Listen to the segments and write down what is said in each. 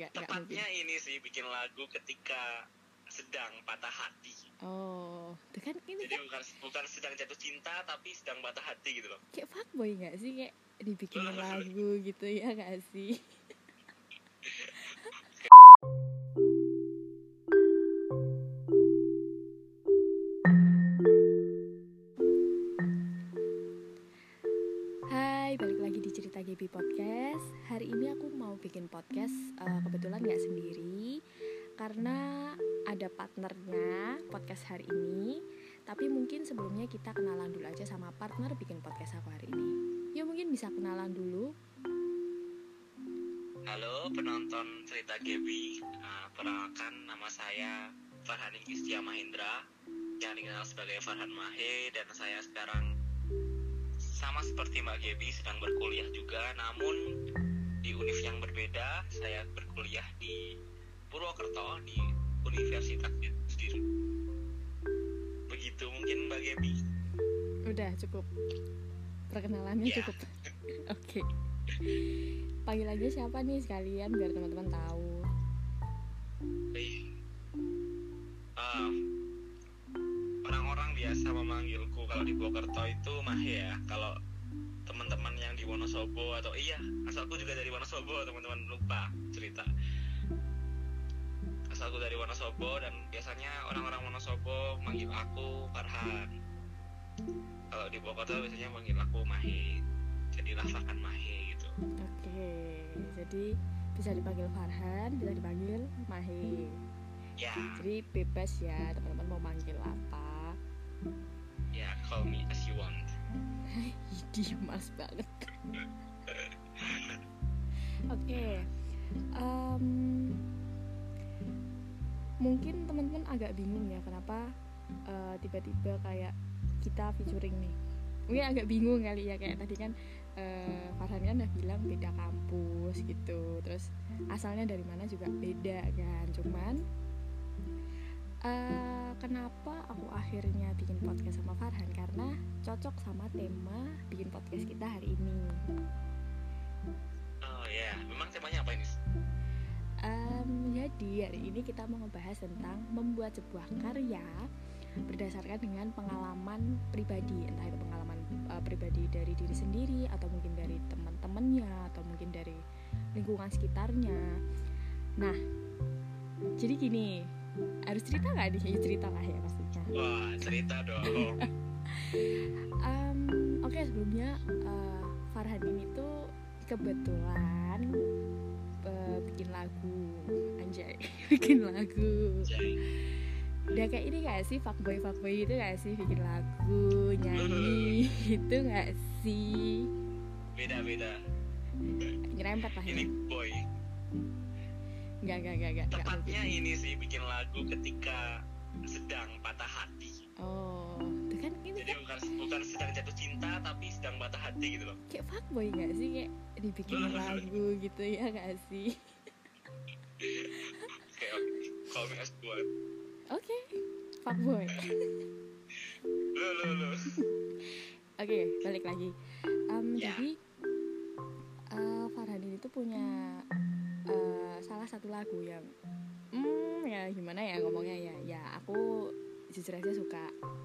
nggak mungkin. Tepatnya ini sih bikin lagu ketika sedang patah hati. Oh, itu kan ini Jadi kan bukan sedang jatuh cinta tapi sedang patah hati gitu loh. kayak fuckboy nggak sih, kayak dibikinin lagu gitu ya nggak sih? Hai, balik lagi di Cerita Gaby Podcast. Hari ini aku mau bikin podcast, kebetulan nggak sendiri karena ada partnernya podcast hari ini. Tapi mungkin sebelumnya kita kenalan dulu aja sama partner bikin podcast aku hari ini. Yuk mungkin bisa kenalan dulu. Halo penonton Cerita Gaby, perkenalkan nama saya Farhan Inggistia Mahendra yang dikenal sebagai Farhan Mahe, dan saya sekarang sama seperti Mbak Gaby sedang berkuliah juga, namun di univ yang berbeda. Saya berkuliah di Purwokerto di Universitas sendiri. Begitu mungkin Mbak Gaby. Udah cukup, perkenalannya Ya. cukup. Oke. Panggil aja siapa nih sekalian biar teman-teman tahu. Orang-orang biasa memanggilku kalau di Purwokerto itu Mahe ya. Kalau teman-teman yang di Wonosobo atau asalku juga dari Wonosobo, teman-teman lupa cerita. Asalku dari Wonosobo dan biasanya orang-orang Wonosobo manggil aku Farhan. Kalau di Purwokerto biasanya manggil aku Mahe. Jadilah Farhan Mahe gitu. Oke, jadi bisa dipanggil Farhan, bisa dipanggil Mahe. Ya, Jadi bebas ya teman-teman mau manggil apa. ya, call me as you want. Idi mas banget. Oke, mungkin teman-teman agak bingung ya kenapa tiba-tiba kayak kita featuring nih. Mungkin agak bingung kali ya, kayak tadi kan Farhan kan udah bilang beda kampus gitu, terus asalnya dari mana juga beda kan. Cuman kenapa aku akhirnya bikin podcast sama Farhan, karena cocok sama tema bikin podcast kita hari ini. Oh ya, memang temanya apa ini? Jadi hari ini kita mau ngebahas tentang membuat sebuah karya berdasarkan dengan pengalaman pribadi, entah itu pengalaman pribadi dari diri sendiri atau mungkin dari teman-temannya atau mungkin dari lingkungan sekitarnya. Nah, jadi gini, harus cerita nggak nih? Cerita lah ya pastinya. Wah, cerita dong. Oke, sebelumnya Farhan ini tuh kebetulan bikin lagu, anjay, bikin lagu. Udah kayak ini gak sih, fuckboy gitu gak sih, bikin lagu, nyanyi gitu gak sih? Beda-beda. Nyerempet lah ya. Ini boy. Enggak Tepatnya mungkin. ini sih bikin lagu ketika sedang patah hati. Oh, itu kan ini Jadi kan bukan sedang jatuh cinta tapi sedang patah hati gitu loh. kayak fuckboy gak sih, kayak dibikin lagu gitu ya gak sih? Oke, call me as you want. Oke, fuckboy. Lo. Oke, balik lagi. Ya. Jadi Farhan ini tuh punya salah satu lagu yang ya gimana ya ngomongnya ya. Ya aku jujur aja suka.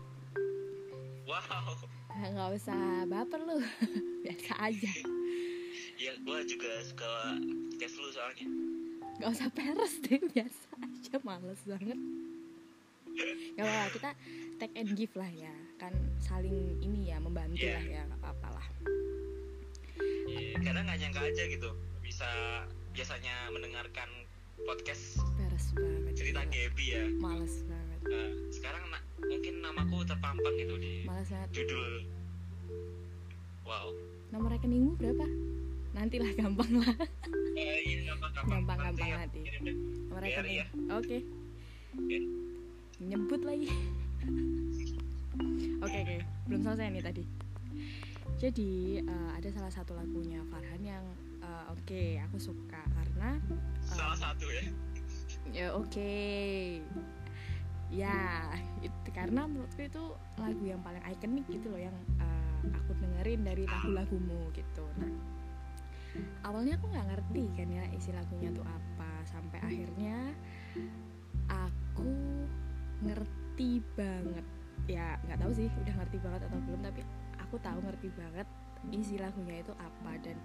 Wow. Nggak usah baper lu. Biasa aja. Ya, gua juga suka podcast lu soalnya. Nggak usah peres deh, biasa aja, males banget. Gak apa-apa, kita take and give lah ya. Kan saling ini ya, membantu Yeah. lah ya, gak apa-apa lah. Karena nggak nyangka aja gitu bisa biasanya mendengarkan podcast Peres banget. Cerita gila. Gaby ya. Males banget. Sekarang mungkin namaku terpampang gitu di Males banget. judul. Wow. Nomor rekeningmu berapa? Nantilah, gampang lah. Iya, Gampang nanti. Nomor BRI rekening. ya. Oke. Nyebut lagi. Oke. Belum selesai nih tadi. Jadi ada salah satu lagunya Farhan yang oke, aku suka karena Salah satu ya. ya oke. Ya, itu karena menurutku itu lagu yang paling ikonik gitu loh, yang aku dengerin dari lagu-lagumu gitu. Nah, awalnya aku nggak ngerti kan ya isi lagunya tuh apa, banget. Ya nggak tahu sih udah ngerti banget atau belum, tapi aku tahu ngerti banget isi lagunya itu apa. Dan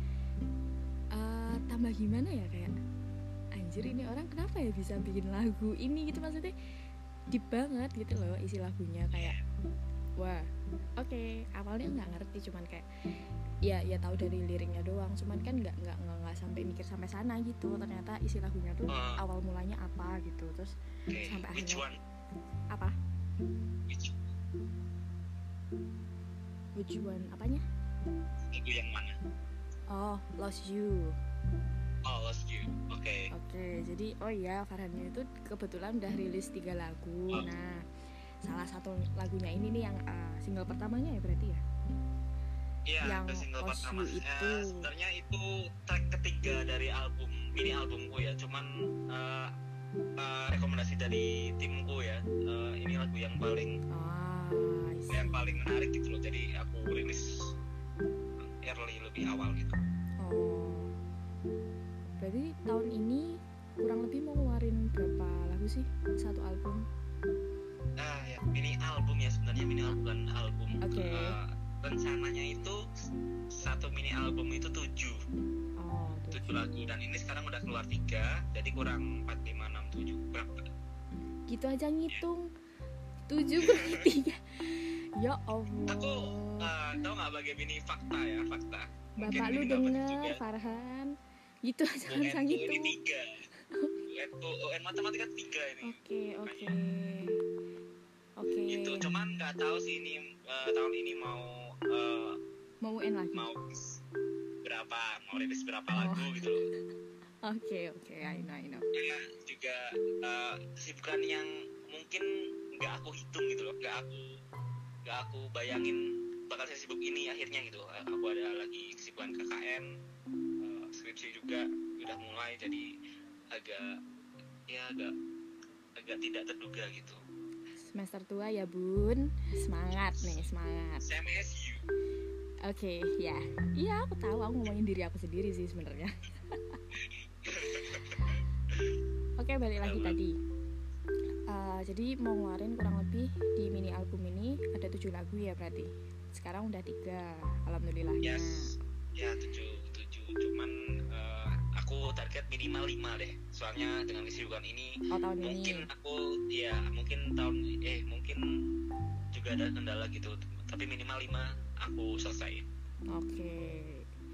tambah gimana ya, kayak anjir ini orang kenapa ya bisa bikin lagu ini gitu, maksudnya deep banget gitu loh isi lagunya. Kayak wah oke, awalnya nggak ngerti, cuman kayak ya tahu dari liriknya doang, cuman kan nggak sampai mikir sampai sana gitu. Ternyata isi lagunya tuh awal mulanya apa gitu, terus sampai akhirnya apa which one apanya, lagu yang mana? oh Lost You. Lost You. Oke. Jadi Farhannya itu kebetulan udah rilis 3 lagu. Nah, salah satu lagunya ini nih yang single pertamanya ya berarti ya? Iya, yang single Lost pertama. You itu. Sebenarnya itu track ketiga dari mini albumku ya. Cuman rekomendasi dari timku ya. Ini lagu yang paling menarik gitu loh. Jadi aku rilis early, lebih awal gitu. Berarti tahun ini kurang lebih mau ngeluarin berapa lagu sih? Satu album? Ya, mini album ya sebenarnya, mini album bukan album. Rencananya itu satu mini album itu 7 lagu, dan ini sekarang udah keluar 3, jadi kurang 4, 5, 6, 7 berapa? Gitu aja ngitung 7 berarti 3. Ya Allah. Aku tau nggak bagi mini fakta ya, fakta. Bapak lu denger Farhan gitu aja langsung gitu. Ini 3. UN matematika 3 ini. Oke. Gitu, cuman nggak tahu sih ini tahun ini mau UN lagi. Mau rilis berapa lagu gitu loh. Oke, I know. Karena juga kesibukan yang mungkin nggak aku hitung gitu loh, nggak aku bayangin bakal saya sibuk ini akhirnya gitu. Aku ada lagi kesibukan KKN, skripsi juga udah mulai, jadi agak tidak terduga gitu. Semester tua ya bun, semangat. Saya miss you. Oke, ya. Iya, aku tahu, aku ngomongin diri aku sendiri sih sebenarnya. Oke, balik lagi tadi. Jadi mau ngeluarin kurang lebih di mini album ini ada 7 lagu ya berarti. Sekarang udah 3, alhamdulillahnya. Yes. Ya 7. Cuman aku target minimal 5 deh. Soalnya dengan kesibukan ini mungkin mungkin juga ada kendala gitu. Tapi minimal 5 aku selesai. Oke.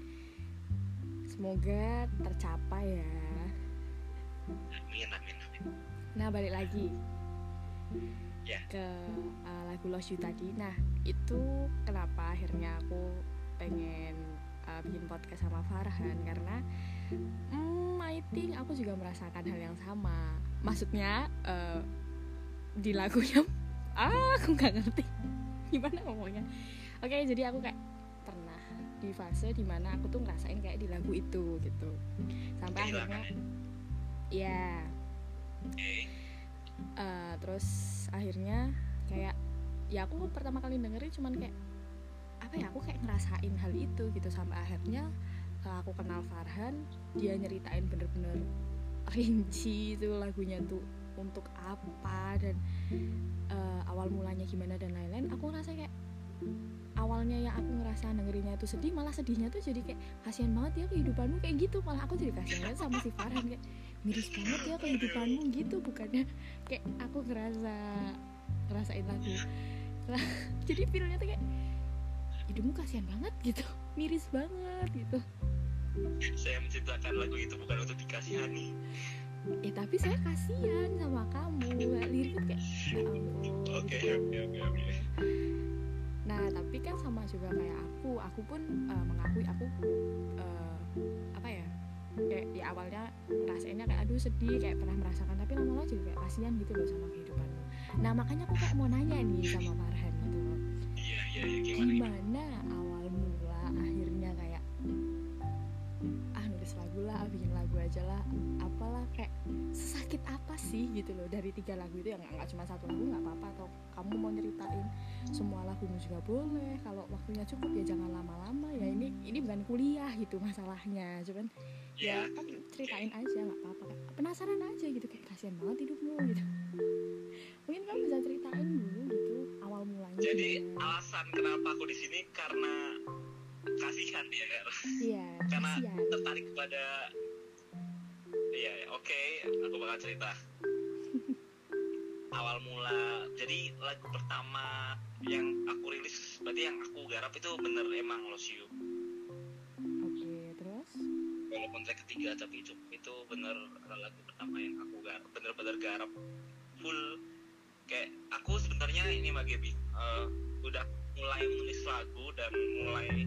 Semoga tercapai ya. Amin. Nah, balik lagi ke lagu Lost You tadi. Nah, itu kenapa akhirnya aku pengen bikin podcast sama Farhan, karena I think aku juga merasakan hal yang sama. Maksudnya di lagunya aku nggak ngerti gimana ngomongnya. Oke, jadi aku kayak pernah di fase dimana aku tuh ngerasain kayak di lagu itu gitu, sampai akhirnya ya terus akhirnya kayak ya aku pertama kali dengerin cuman kayak apa ya, aku kayak ngerasain hal itu gitu, sampai akhirnya aku kenal Farhan, dia nyeritain bener-bener rinci itu lagunya tuh untuk apa dan awal mulanya gimana dan lain-lain. Aku ngerasa kayak awalnya yang aku ngerasa dengerinnya itu sedih, malah sedihnya tuh jadi kayak kasihan banget ya kehidupanmu kayak gitu. Malah aku jadi kasihan banget sama si Farhan, kayak miris banget ya kehidupanmu gitu, bukannya kayak aku ngerasain lagu. Jadi feelnya tuh kayak hidupmu kasihan banget gitu, miris banget gitu. Saya menciptakan lagu itu bukan untuk dikasihani. Tapi saya kasihan sama kamu. Liriknya kayak ya ampun. Oke. Nah, tapi kan sama juga kayak aku pun mengakui aku apa ya, kayak ya awalnya rasainnya kayak aduh sedih, kayak pernah merasakan, tapi lama-lama juga kayak kasihan gitu loh sama kehidupanmu. Nah, makanya aku kayak mau nanya nih sama Farhan gitu loh. Iya, gimana awal mula akhirnya kayak nulis lagu lah, bikin lagu aja lah, apalah, kayak sesakit apa sih gitu loh dari 3 lagu itu. Ya nggak cuma 1 lagu nggak apa-apa, atau kamu mau nyeritain semua lagumu juga boleh, kalau waktunya cukup ya jangan lama-lama ya, ini bukan kuliah gitu masalahnya, cuman ya kan ceritain aja nggak apa-apa, penasaran aja gitu, kayak kasihan banget hidupmu gitu. Mungkin kamu bisa ceritain dulu gitu awal mulanya. Jadi alasan kenapa aku di sini karena kasihan ya kan. Iya, Karena kasihan. tertarik kepada oke, aku bakal cerita. Awal mula, jadi lagu pertama yang aku rilis, berarti yang aku garap itu bener emang Lost You. Oke, terus? Walaupun track ketiga tapi itu bener lagu pertama yang aku garap, bener-bener garap full. Kayak aku sebenarnya ini Mbak Gaby, udah mulai menulis lagu dan mulai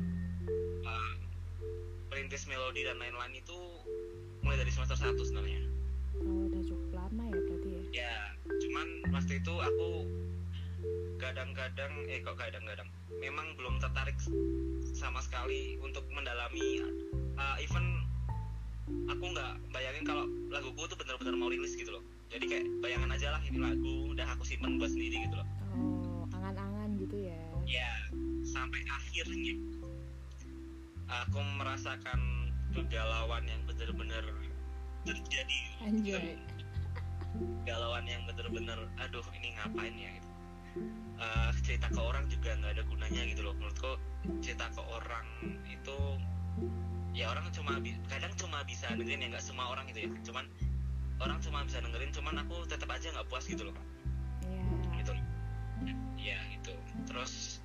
merintis melodi dan lain-lain itu mulai dari semester 1 sebenarnya. Oh, udah cukup lama ya berarti ya? Ya, cuman waktu itu aku kadang-kadang memang belum tertarik sama sekali untuk mendalami, even aku nggak bayangin kalau laguku tuh benar-benar mau rilis gitu loh. Jadi kayak bayangan aja lah ini lagu udah aku simpen buat sendiri gitu loh. Oh, angan-angan gitu ya? Ya, sampai akhirnya aku merasakan kegalauan yang benar-benar terjadi. Anjay. Galauan yang bener-bener aduh ini ngapain ya gitu. Cerita ke orang juga nggak ada gunanya gitu loh menurutku. Cerita ke orang itu ya orang kadang cuma bisa dengerin, ya nggak semua orang gitu ya, cuman orang cuma bisa dengerin, cuman aku tetap aja nggak puas gitu loh. Gitu ya gitu. Terus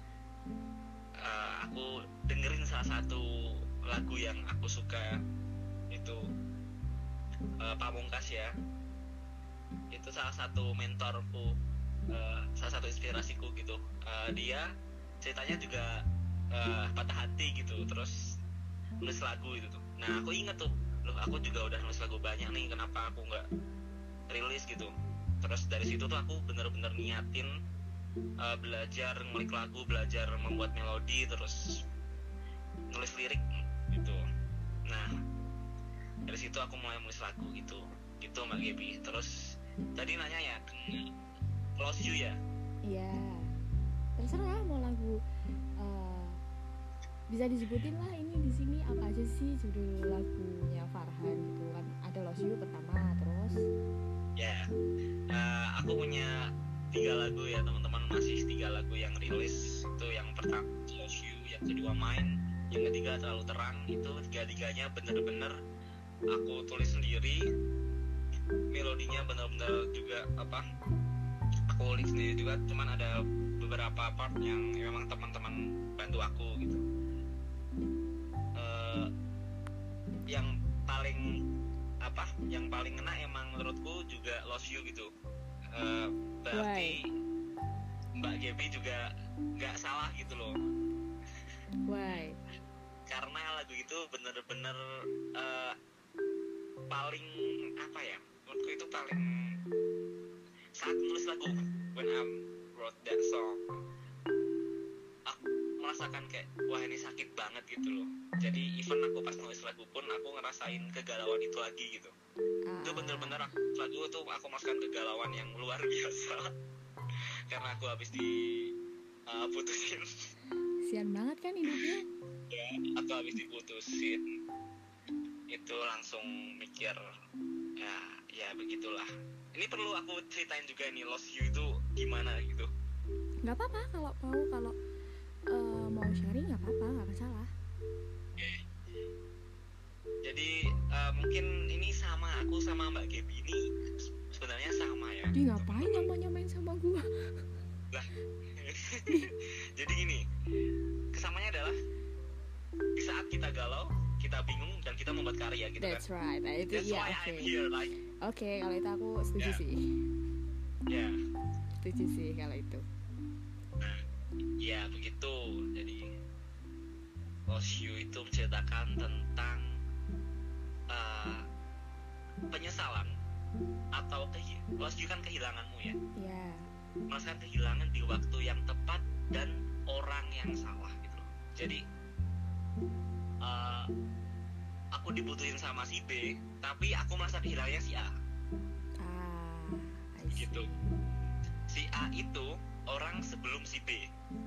aku dengerin salah satu lagu yang aku suka itu Pamungkas ya. Itu salah satu mentorku, salah satu inspirasiku gitu. Dia ceritanya juga patah hati gitu, terus nulis lagu gitu tuh. Nah aku inget tuh, loh aku juga udah nulis lagu banyak nih, kenapa aku nggak rilis gitu. Terus dari situ tuh aku bener-bener niatin belajar ngulik lagu, belajar membuat melodi, terus nulis lirik gitu. Nah dari situ aku mulai nulis lagu gitu Mbak Gaby. Terus tadi nanya ya Lost You ya? Iya, terserah mau lagu bisa disebutin lah ini di sini apa aja sih judul lagunya Farhan gitu kan. Ada Lost You pertama, terus ya aku punya 3 lagu ya teman-teman, masih 3 lagu yang rilis. Itu yang pertama Lost You, yang kedua Mine, yang ketiga Terlalu Terang. Itu 3-tiganya bener-bener aku tulis sendiri, melodinya benar-benar juga aku ulik sendiri juga. Cuman ada beberapa part yang memang teman-teman bantu aku gitu. Yang paling ngena emang menurutku juga Lost You gitu. Berarti Mbak Gaby juga nggak salah gitu loh. Why? Karena lagu itu bener-bener paling menurutku itu paling saat menulis lagu, when I wrote that song, aku merasakan kayak wah ini sakit banget gitu loh. Jadi even aku pas nulis lagu pun aku ngerasain kegalauan itu lagi gitu. Itu bener-bener lagu tuh aku merasakan kegalauan yang luar biasa karena aku habis putusin. Sian banget kan hidupnya. Ya, aku habis diputusin. Itu langsung mikir ya begitulah. Ini perlu aku ceritain juga nih Lost You itu gimana gitu. Nggak apa-apa kalau mau sharing nggak apa-apa, nggak masalah. Jadi mungkin ini aku sama Mbak Gaby ini sebenarnya sama ya. Dia ngapain nyamain sama gua? Lah. Jadi gini, kesamanya adalah di saat kita galau, kita bingung dan kita membuat karya gitu. That's kan. right. Nah, itu That's why I'm here, like. Oke, kalau itu aku setuju sih. Ya. Setuju sih kalau itu. Nah, ya begitu. Jadi Lost You itu menceritakan tentang penyesalan atau Lost You kan kehilanganmu ya. Iya. Merasakan kehilangan di waktu yang tepat dan orang yang salah gitu loh. Jadi aku dibutuhin sama si B, tapi aku merasa kehilangannya si A. Gitu. Si A itu orang sebelum si B.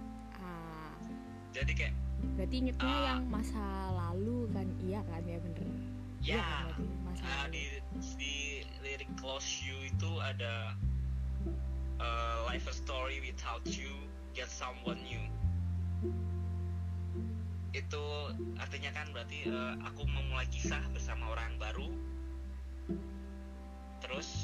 Jadi kayak berarti ingetnya yang masa lalu kan, iya kan, ya bener. Ya, kan, di lirik Lost You itu ada life a story without you get someone new. Itu artinya kan berarti aku memulai kisah bersama orang baru. Terus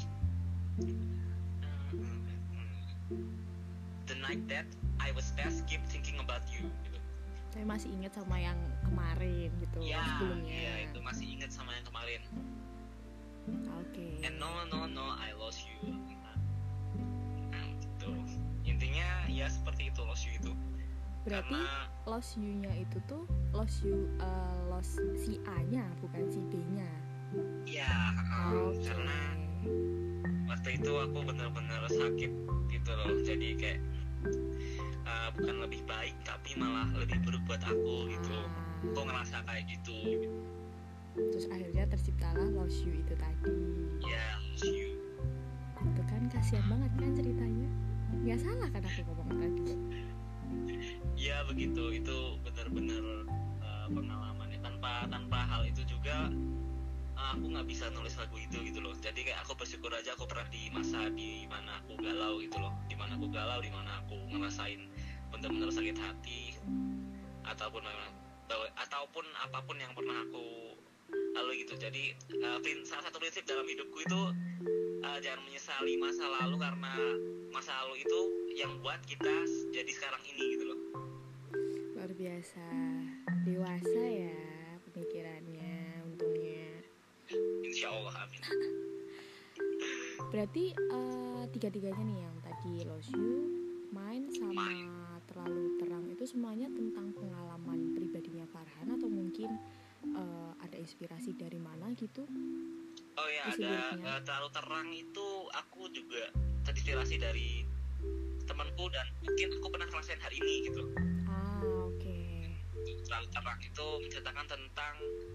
the night that I was best keep thinking about you gitu. Saya masih ingat sama yang kemarin gitu, Ya, sebelumnya. ya itu masih ingat sama yang kemarin. Oke. And no I lost you. Nah, gitu. Intinya ya seperti itu, lost you itu. Berarti Karena lost you-nya itu tuh lost si A-nya bukan si B-nya. ya Oke. karena waktu itu aku benar-benar sakit gitu loh. Jadi kayak bukan lebih baik tapi malah lebih buruk buat aku gitu. Aku ngerasa kayak gitu. Terus akhirnya terciptalah lost you itu tadi. Ya, lost you. Itu kan kasihan banget kan ceritanya. Nggak salah kan aku ngomong tadi. Ya begitu, itu benar-benar pengalamannya. Tanpa hal itu juga aku nggak bisa nulis lagu itu gitu loh. Jadi kayak aku bersyukur aja aku pernah di masa di mana aku galau gitu loh. Di mana aku ngerasain benar-benar sakit hati ataupun apapun yang pernah aku lalui gitu. Jadi salah satu prinsip dalam hidupku itu jangan menyesali masa lalu, karena masa lalu itu yang buat kita jadi sekarang ini gitu loh. Luar biasa, dewasa ya pemikirannya, untungnya. Insya Allah, amin. Berarti tiga-tiganya nih, yang tadi lost you, mine, sama terlalu terang, itu semuanya tentang pengalaman pribadinya Farhan atau mungkin ada inspirasi dari mana gitu? Oh ya, Isi ada liriknya. terlalu terang itu aku juga terinspirasi dari temanku dan mungkin aku pernah ngerasain hari ini gitu. Oke. Terlalu terang itu menceritakan tentang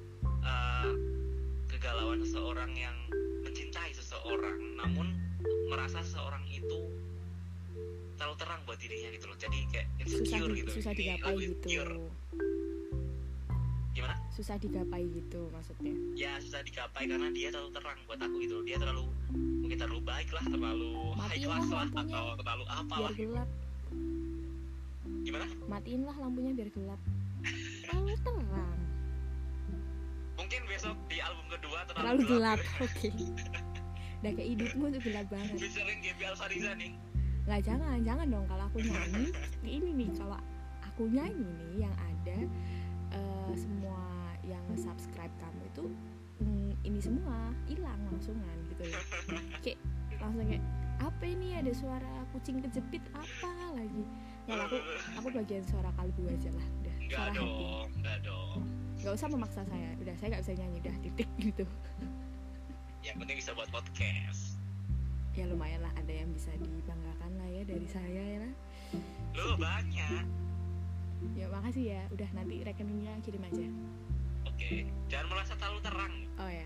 kegalauan seseorang yang mencintai seseorang, namun merasa seseorang itu terlalu terang buat dirinya gitu loh. Jadi kayak insecure gitu. Susah Ini digapai lagu gitu. insecure. Gimana? Susah digapai gitu maksudnya. Ya susah digapai karena dia terlalu terang buat aku gitu. Dia mungkin terlalu baik lah, terlalu high Matiin class lah lah, lampunya, atau terlalu apa biar lah. gelap. Gimana? Matiin lah lampunya biar gelap. Terlalu terang. Mungkin besok di album kedua Terlalu gelap. Oke. Udah kayak hidupmu tuh gelap banget. Featuring Gaby Alfariza nih. Lah jangan dong, kalau aku nyanyi ini nih, kalau aku nyanyi nih yang ada semua yang subscribe kamu itu ini semua hilang langsungan gitu loh. Kayak langsung kayak apa ini, ada suara kucing kejepit apa lagi. Kalau aku bagian suara kalbu aja lah, udah. Suara hati. Enggak dong. Gak usah memaksa saya, udah saya gak bisa nyanyi, udah titik gitu. Yang penting bisa buat podcast. Ya lumayan lah, ada yang bisa dibanggakan lah ya dari saya ya lah. Lu banyak. Ya makasih ya, udah nanti rekeningnya kirim aja. Oke, jangan merasa terlalu terang. Oh ya.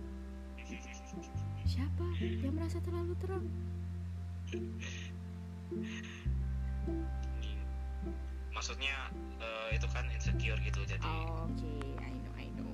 Siapa yang merasa terlalu terang? Maksudnya itu kan insecure gitu, jadi Oke, I know.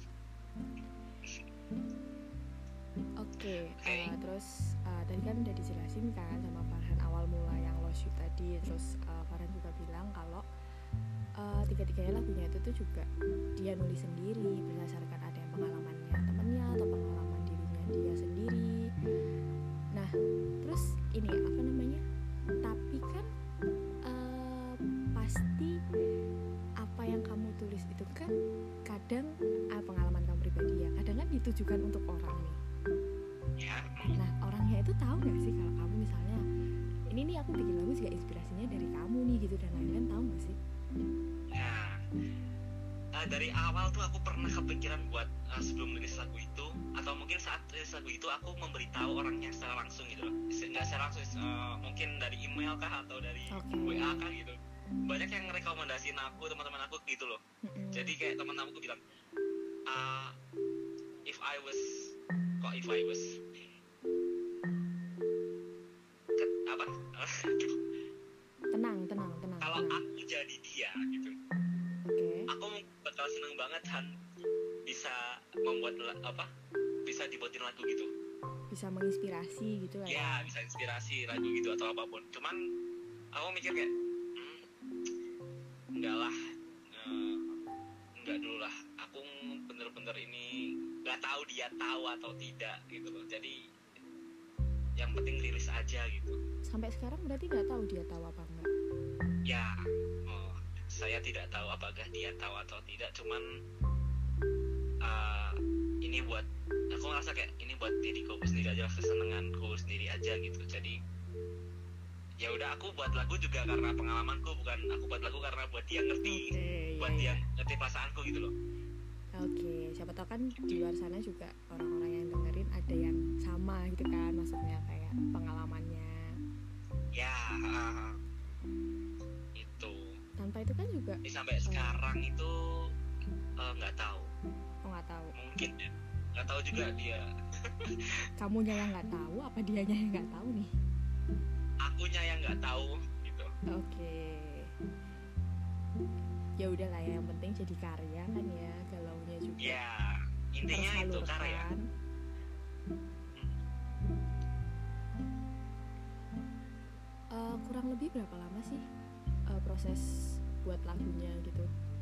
Oke, terus tadi kan udah dijelasin kan sama Farhan awal mula yang lost you tadi. Terus Farhan juga bilang kalau tiga-tiganya lagunya itu tuh juga dia nulis sendiri berdasarkan ada yang pengalamannya temennya atau pengalaman dirinya dia sendiri. Nah, terus ini apa namanya? Tapi kan pasti apa yang kamu tulis itu kan kadang pengalaman kamu pribadi ya, kadang kan ditujukan untuk orang nih. ya. Nah, orangnya itu tahu nggak sih kalau kamu misalnya ini nih aku bikin lagu juga inspirasinya dari kamu nih gitu, dan lain-lain, tahu nggak sih? Dari awal tuh aku pernah kepikiran buat sebelum nulis lagu itu, atau mungkin saat nulis lagu itu aku memberitahu orangnya secara langsung gitu loh. Nggak secara langsung, mungkin dari email kah atau dari WA kah gitu. Banyak yang rekomendasiin aku, teman-teman aku gitu loh. Jadi kayak teman aku bilang, if I was apa? Tenang. Kalau aku jadi dia gitu. Oke. Aku bakal seneng banget Han bisa membuat bisa dibuatin lagu gitu. bisa menginspirasi gitu lah ya bisa inspirasi lagu gitu atau apapun. Cuman aku mikir kayak enggak lah, enggak dulu lah, aku bener-bener ini nggak tahu dia tahu atau tidak gitu loh, jadi yang penting rilis aja gitu. Sampai sekarang berarti nggak tahu dia tahu apa enggak? Ya, saya tidak tahu apakah dia tahu atau tidak, cuman ini buat aku ngerasa kayak ini buat diriku sendiri aja, kesenanganku sendiri aja gitu. Jadi ya udah, aku buat lagu juga karena pengalamanku, bukan aku buat lagu karena buat dia ngerti, buat dia ngerti perasaanku gitu loh. Oke, siapa tahu kan di luar sana juga orang-orang yang dengerin ada yang sama gitu kan, maksudnya kayak pengalamannya. Ya, itu. Tanpa itu kan juga. Sampai sekarang itu nggak tahu. Oh, nggak tahu. Mungkin nggak tahu juga dia. Kamunya yang nggak tahu, apa dianya yang nggak tahu nih? Akunya yang nggak tahu gitu. Oke. Ya udahlah ya, yang penting jadi karya kan ya, galaunya juga. Ya, intinya itu karya. Kurang lebih berapa lama sih proses buat lagunya gitu?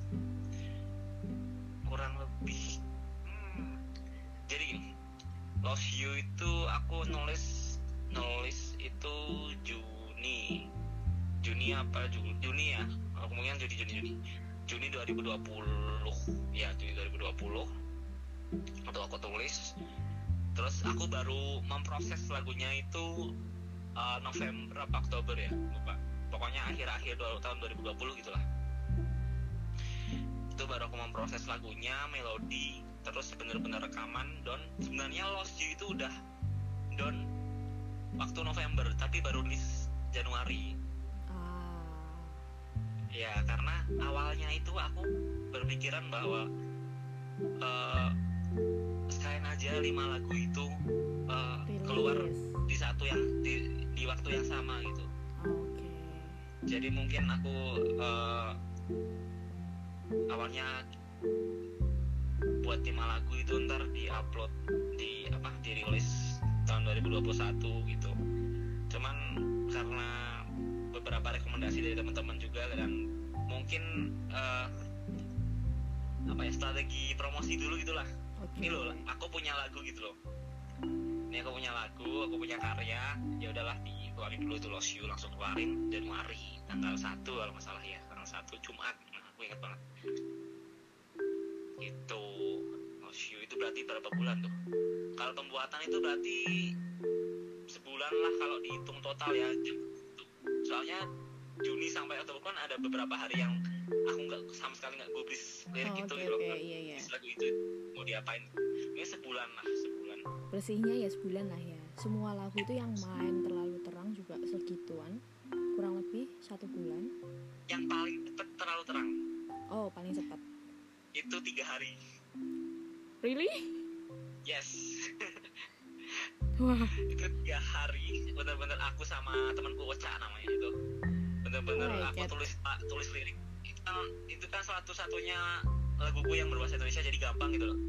Kurang lebih jadi gini, Lost You itu aku nulis itu Juni ya, kemungkinan Juni 2020 ya, Juni 2020 atau aku tulis. Terus aku baru memproses lagunya itu November apa Oktober ya, lupa, pokoknya akhir-akhir tahun 2020 gitulah. Itu baru aku memproses lagunya, melodi, terus bener-bener rekaman. Dan sebenarnya Lost You itu udah down waktu November, tapi baru rilis Januari. Ya karena awalnya itu aku berpikiran bahwa sekalian aja 5 lagu itu keluar di satu yang di waktu yang sama gitu. Jadi mungkin aku awalnya buat 5 lagu itu ntar di-upload dirilis tahun 2021 gitu. Cuman karena beberapa rekomendasi dari teman-teman juga, dan mungkin strategi promosi dulu gitulah. Ini loh, aku punya lagu gitu loh. Ini aku punya lagu, aku punya karya. Ya udahlah, dikeluarin dulu itu Lost You, langsung keluarin Januari tanggal 1 kalau nggak salah ya, tanggal 1 Jumat. Aku ingat banget. Itu Lost You itu berarti berapa bulan tuh? Kalau pembuatan itu berarti sebulan lah kalau dihitung total ya. Soalnya Juni sampai Oktober kan ada beberapa hari yang aku sama sekali nggak gubris lirik itu gitu loh. Iya. Lagu itu mau diapain? Ini sebulan. Bersihnya ya sebulan lah ya. Semua lagu itu yang main terlalu terang juga segituan, kurang lebih 1 bulan. Yang paling cepat terlalu terang. Oh, paling cepat. Itu 3 hari. Really? Yes. Wah. Itu 3 hari. Bener-bener aku sama temanku Ocha namanya itu. Bener-bener aku tulis lirik. Itu kan satu-satunya laguku yang berbahasa Indonesia, jadi gampang gitu loh.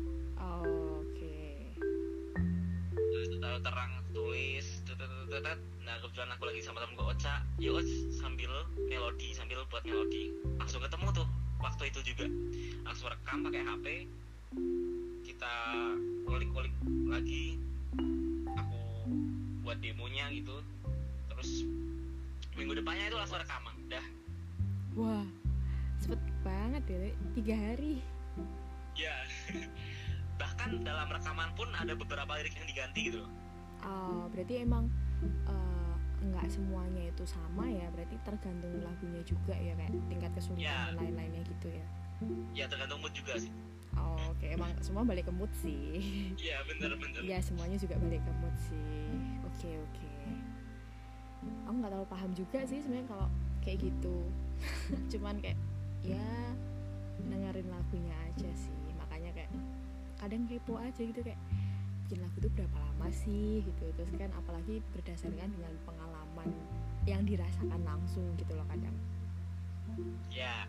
Terlalu terang tulis. Nah kebetulan aku lagi sama temanku Ocha, yuk sambil buat melodi. Langsung ketemu tuh waktu itu juga. Langsung rekam pakai HP. Kita ngulik-ngulik lagi. Aku buat demonya gitu. Terus minggu depannya itu langsung rekaman. Dah. Wah, cepet banget ya, 3 hari. Ya. Bahkan dalam rekaman pun ada beberapa lirik yang diganti gitu loh. Berarti emang nggak semuanya itu sama ya, berarti tergantung lagunya juga ya, kayak tingkat kesulitan dan lain-lainnya gitu ya. Ya tergantung mood juga sih. Oke, emang semua balik ke mood sih. Iya bener. Iya, semuanya juga balik ke mood sih. Oke. Aku nggak terlalu paham juga sih sebenarnya kalau kayak gitu. Cuman kayak ya dengerin lagunya aja sih, makanya kayak kadang kepo aja gitu, kayak bikin lagu itu berapa lama sih gitu. Terus kan apalagi berdasarkan dengan pengalaman yang dirasakan langsung gitu loh kadang. Ya.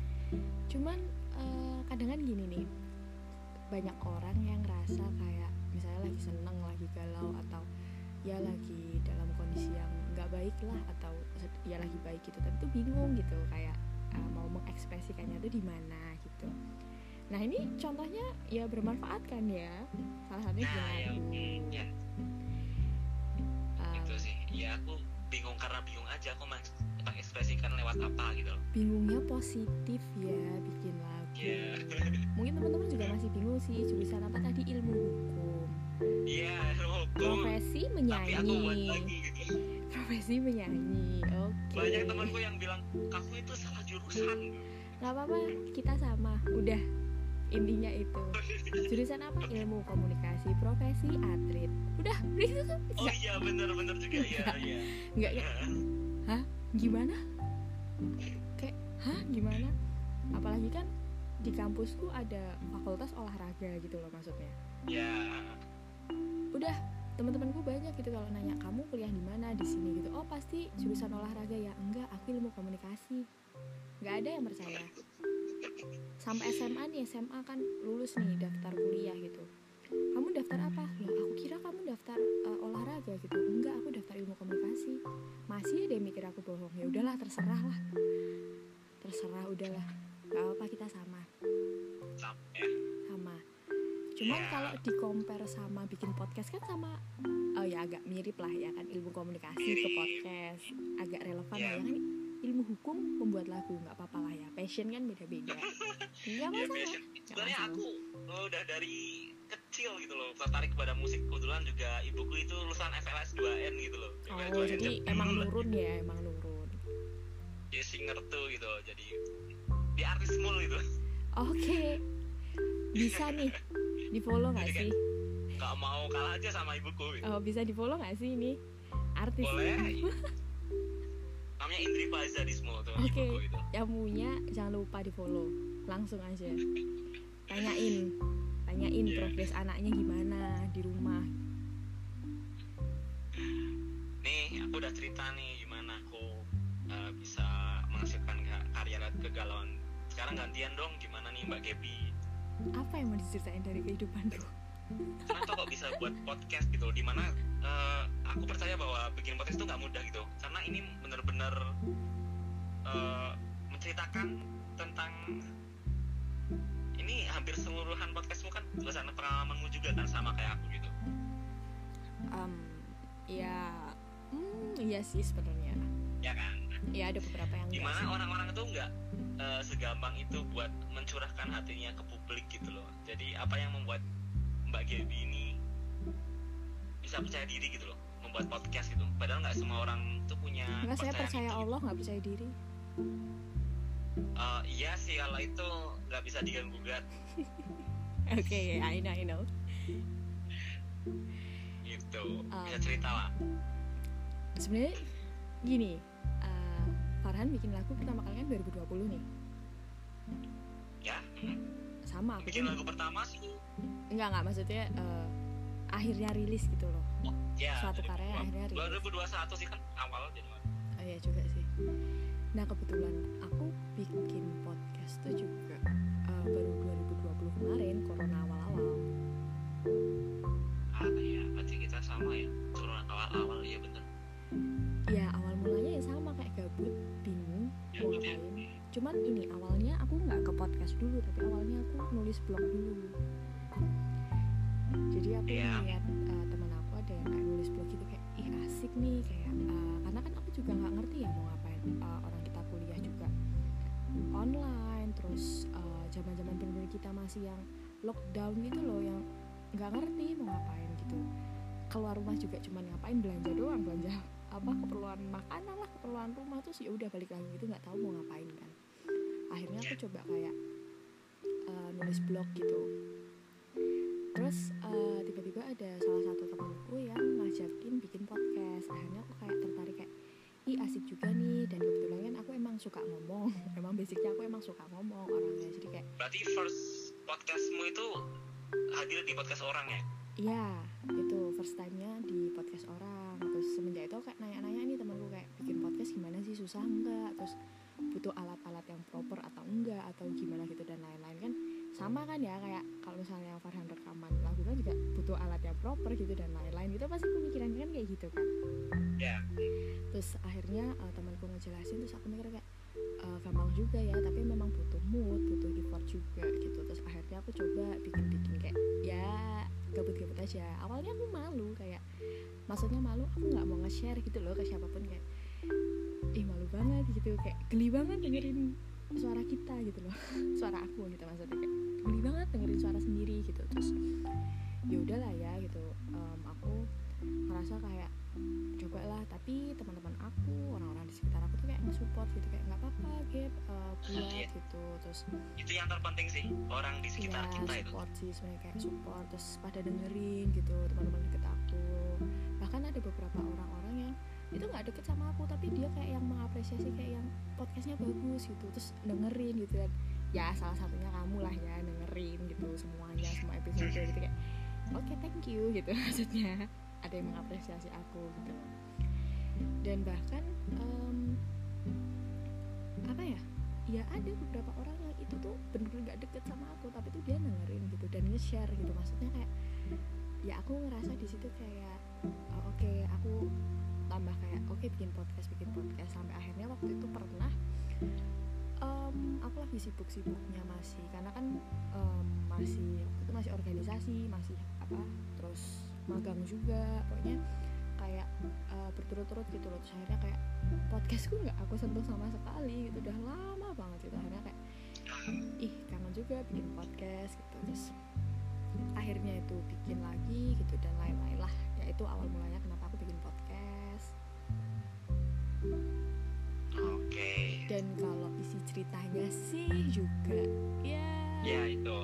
Cuman kadang kan gini nih, banyak orang yang ngerasa kayak misalnya lagi seneng, lagi galau, atau ya lagi dalam kondisi yang nggak baik lah, atau ya lagi baik gitu tapi tuh bingung gitu kayak mau mengekspresikannya tuh di mana gitu. Nah ini contohnya ya bermanfaat kan ya, salah satunya bikin lagu. Itu sih ya, aku bingung karena bingung aja aku mengekspresikan lewat apa gitu loh. Bingungnya positif ya bikin lagu. Mungkin teman-teman juga masih bingung sih jurusan apa tadi, ilmu hukum. Iya, hukum. Profesi menyanyi. Tapi aku buat lagi gitu. Profesi menyanyi. Oke. Banyak temanku yang bilang kamu itu salah jurusan. Gak apa-apa, kita sama. Udah, intinya itu. Jurusan apa? Ilmu komunikasi. Profesi atlet. Udah, itu kan. Oh iya, bener juga ya. Enggak ya. Hah? Gimana? Kayak, hah? Gimana? Apalagi kan di kampusku ada fakultas olahraga gitu loh maksudnya. Ya. Udah, teman-temanku banyak gitu kalau nanya kamu kuliah di mana, di sini gitu. Oh pasti jurusan olahraga ya. Enggak, aku ilmu komunikasi. Nggak ada yang percaya. Sampai SMA nih, SMA kan lulus nih daftar kuliah gitu. Kamu daftar apa? Loh, aku kira kamu daftar olahraga gitu. Enggak, aku daftar ilmu komunikasi. Masih ada yang mikir aku bohong. Ya udahlah, terserah lah. Terserah, udahlah. Gak apa-apa, kita sama. Sama. Cuman kalau di compare sama bikin podcast kan sama, oh ya agak mirip lah ya kan, ilmu komunikasi ke podcast agak relevan lah ya kan. Ilmu hukum membuat lagu nggak apa-apa lah ya, passion kan beda-beda. Nggak masalah. Sebenarnya aku udah dari kecil gitu loh tertarik pada musik. Kebetulan juga ibuku itu lulusan FLS 2N gitu loh. Oh jadi emang nurun ya, emang nurun. Dia singer tuh gitu, jadi dia artis mulu gitu. Oke. Bisa nih di follow nggak sih? Gak mau kalah aja sama ibuku gitu. Oh bisa di follow nggak sih ini artis? Boleh. Namanya Indri Fazadismo tuh. Oke, yang punya jangan lupa di follow, langsung aja tanyain progres anaknya gimana di rumah. Nih aku udah cerita nih gimana aku bisa menghasilkan karya kegalauan. Sekarang gantian dong, gimana nih Mbak Gaby? Apa yang mau diceritain dari kehidupanku? Kenapa kok bisa buat podcast gitu, dimana aku percaya bahwa bikin podcast itu nggak mudah gitu, karena ini benar-benar menceritakan tentang ini hampir seluruhan podcastmu kan berdasarkan pengalamanmu juga kan, sama kayak aku gitu. Iya sih sebenarnya. Ya kan? Ya ada beberapa yang dimana orang-orang itu nggak segampang itu buat mencurahkan hatinya ke publik gitu loh. Jadi apa yang membuat Mbak Gaby ini bisa percaya diri gitu loh membuat podcast gitu, padahal nggak semua orang tuh punya. Nggak, saya percaya gitu. Allah, nggak percaya diri. Iya sih, kalau itu nggak bisa diganggu-gugat. Oke, I know. Gitu, bisa cerita lah. Sebenarnya gini, Farhan bikin lagu pertama kali kan 2020 nih. Ya. Sama aku. Bikin lagu pertama sih. Enggak maksudnya akhirnya rilis gitu loh. Ya, suatu karya akhirnya rilis. 2021 sih kan awal Januari. Oh iya juga sih. Nah kebetulan aku bikin podcast tuh juga baru 2020 kemarin, corona awal-awal. Iya, berarti kita sama ya, corona awal-awal, ya bener. Ya awal mulanya ya sama, kayak gabut, bingung ya, mau ngapain. Ya. Cuman ini awalnya aku nggak ke podcast dulu, tapi awalnya aku nulis blog dulu. Jadi aku lihat teman aku ada yang kayak nulis blog gitu, kayak ih asik nih, kayak karena kan aku juga nggak ngerti ya mau ngapain. Orang kita kuliah juga online, terus zaman-zaman bener-bener kita masih yang lockdown gitu loh, yang nggak ngerti mau ngapain gitu. Keluar rumah juga cuman ngapain, belanja doang, belanja apa keperluan makanan lah, keperluan rumah, terus ya udah balik lagi gitu, nggak tahu mau ngapain kan. Akhirnya aku coba kayak nulis blog gitu. Terus tiba-tiba ada salah satu temanku yang ngajakin bikin podcast. Akhirnya aku kayak tertarik, kayak ih asik juga nih. Dan kebetulan kan aku emang suka ngomong, emang basicnya aku emang suka ngomong orangnya. Jadi kayak berarti first podcastmu itu hadir di podcast orang ya? Iya, itu first time-nya di podcast orang. Terus semenjak itu kayak nanya-nanya nih temanku, kayak bikin podcast gimana sih, susah enggak? Terus butuh alat-alat yang proper atau enggak, atau gimana gitu dan lain-lain kan. Sama kan ya, kayak kalau misalnya Farhan rekaman lagu kan juga butuh butuh alat yang proper gitu dan lain-lain gitu, pasti pemikiran kan kayak gitu kan. Terus akhirnya temanku ngejelasin, terus aku mikir kayak gampang juga ya, tapi memang butuh mood, butuh effort juga gitu. Terus akhirnya aku coba bikin kayak ya gabut-gabut aja. Awalnya aku malu, kayak maksudnya malu, aku nggak mau nge-share gitu loh ke siapapun, kayak malu banget gitu, kayak geli banget dengerin suara kita gitu loh suara aku gitu, maksudnya kayak geli banget dengerin suara sendiri gitu. Terus ya udahlah ya gitu, aku ngerasa kayak cobalah, tapi teman-teman aku, orang-orang di sekitar aku tuh kayak nge-support gitu, kayak nggak apa-apa Gap, buat gitu. Terus itu yang terpenting sih, orang di sekitar kita itu support sih sebenarnya, kayak support, terus pada dengerin gitu teman-teman deket aku. Bahkan ada beberapa orang-orang yang itu nggak deket sama aku, tapi dia kayak yang mengapresiasi, kayak yang podcastnya bagus gitu, terus dengerin gitu kan. Ya salah satunya kamu lah ya, dengerin gitu semuanya, semua episode gitu, kayak oke, thank you gitu maksudnya ada yang mengapresiasi aku gitu. Dan bahkan apa ya, ya ada beberapa orang yang itu tuh bener-bener gak deket sama aku, tapi tuh dia dengerin gitu dan nge-share gitu. Maksudnya kayak ya aku ngerasa di situ kayak oke, aku tambah kayak oke, bikin podcast sampai akhirnya waktu itu pernah aku lagi sibuk-sibuknya masih, karena kan masih waktu itu masih organisasi, masih apa, terus magang juga, pokoknya kayak berturut-turut gitu loh. Terus akhirnya kayak podcastku nggak aku sentuh sama sekali gitu, udah lama banget gitu. Akhirnya kayak kangen juga bikin podcast gitu. Terus akhirnya itu bikin lagi gitu dan lain-lain lah. Ya itu awal mulanya kenapa aku bikin podcast. Dan kalau isi ceritanya sih juga ya itu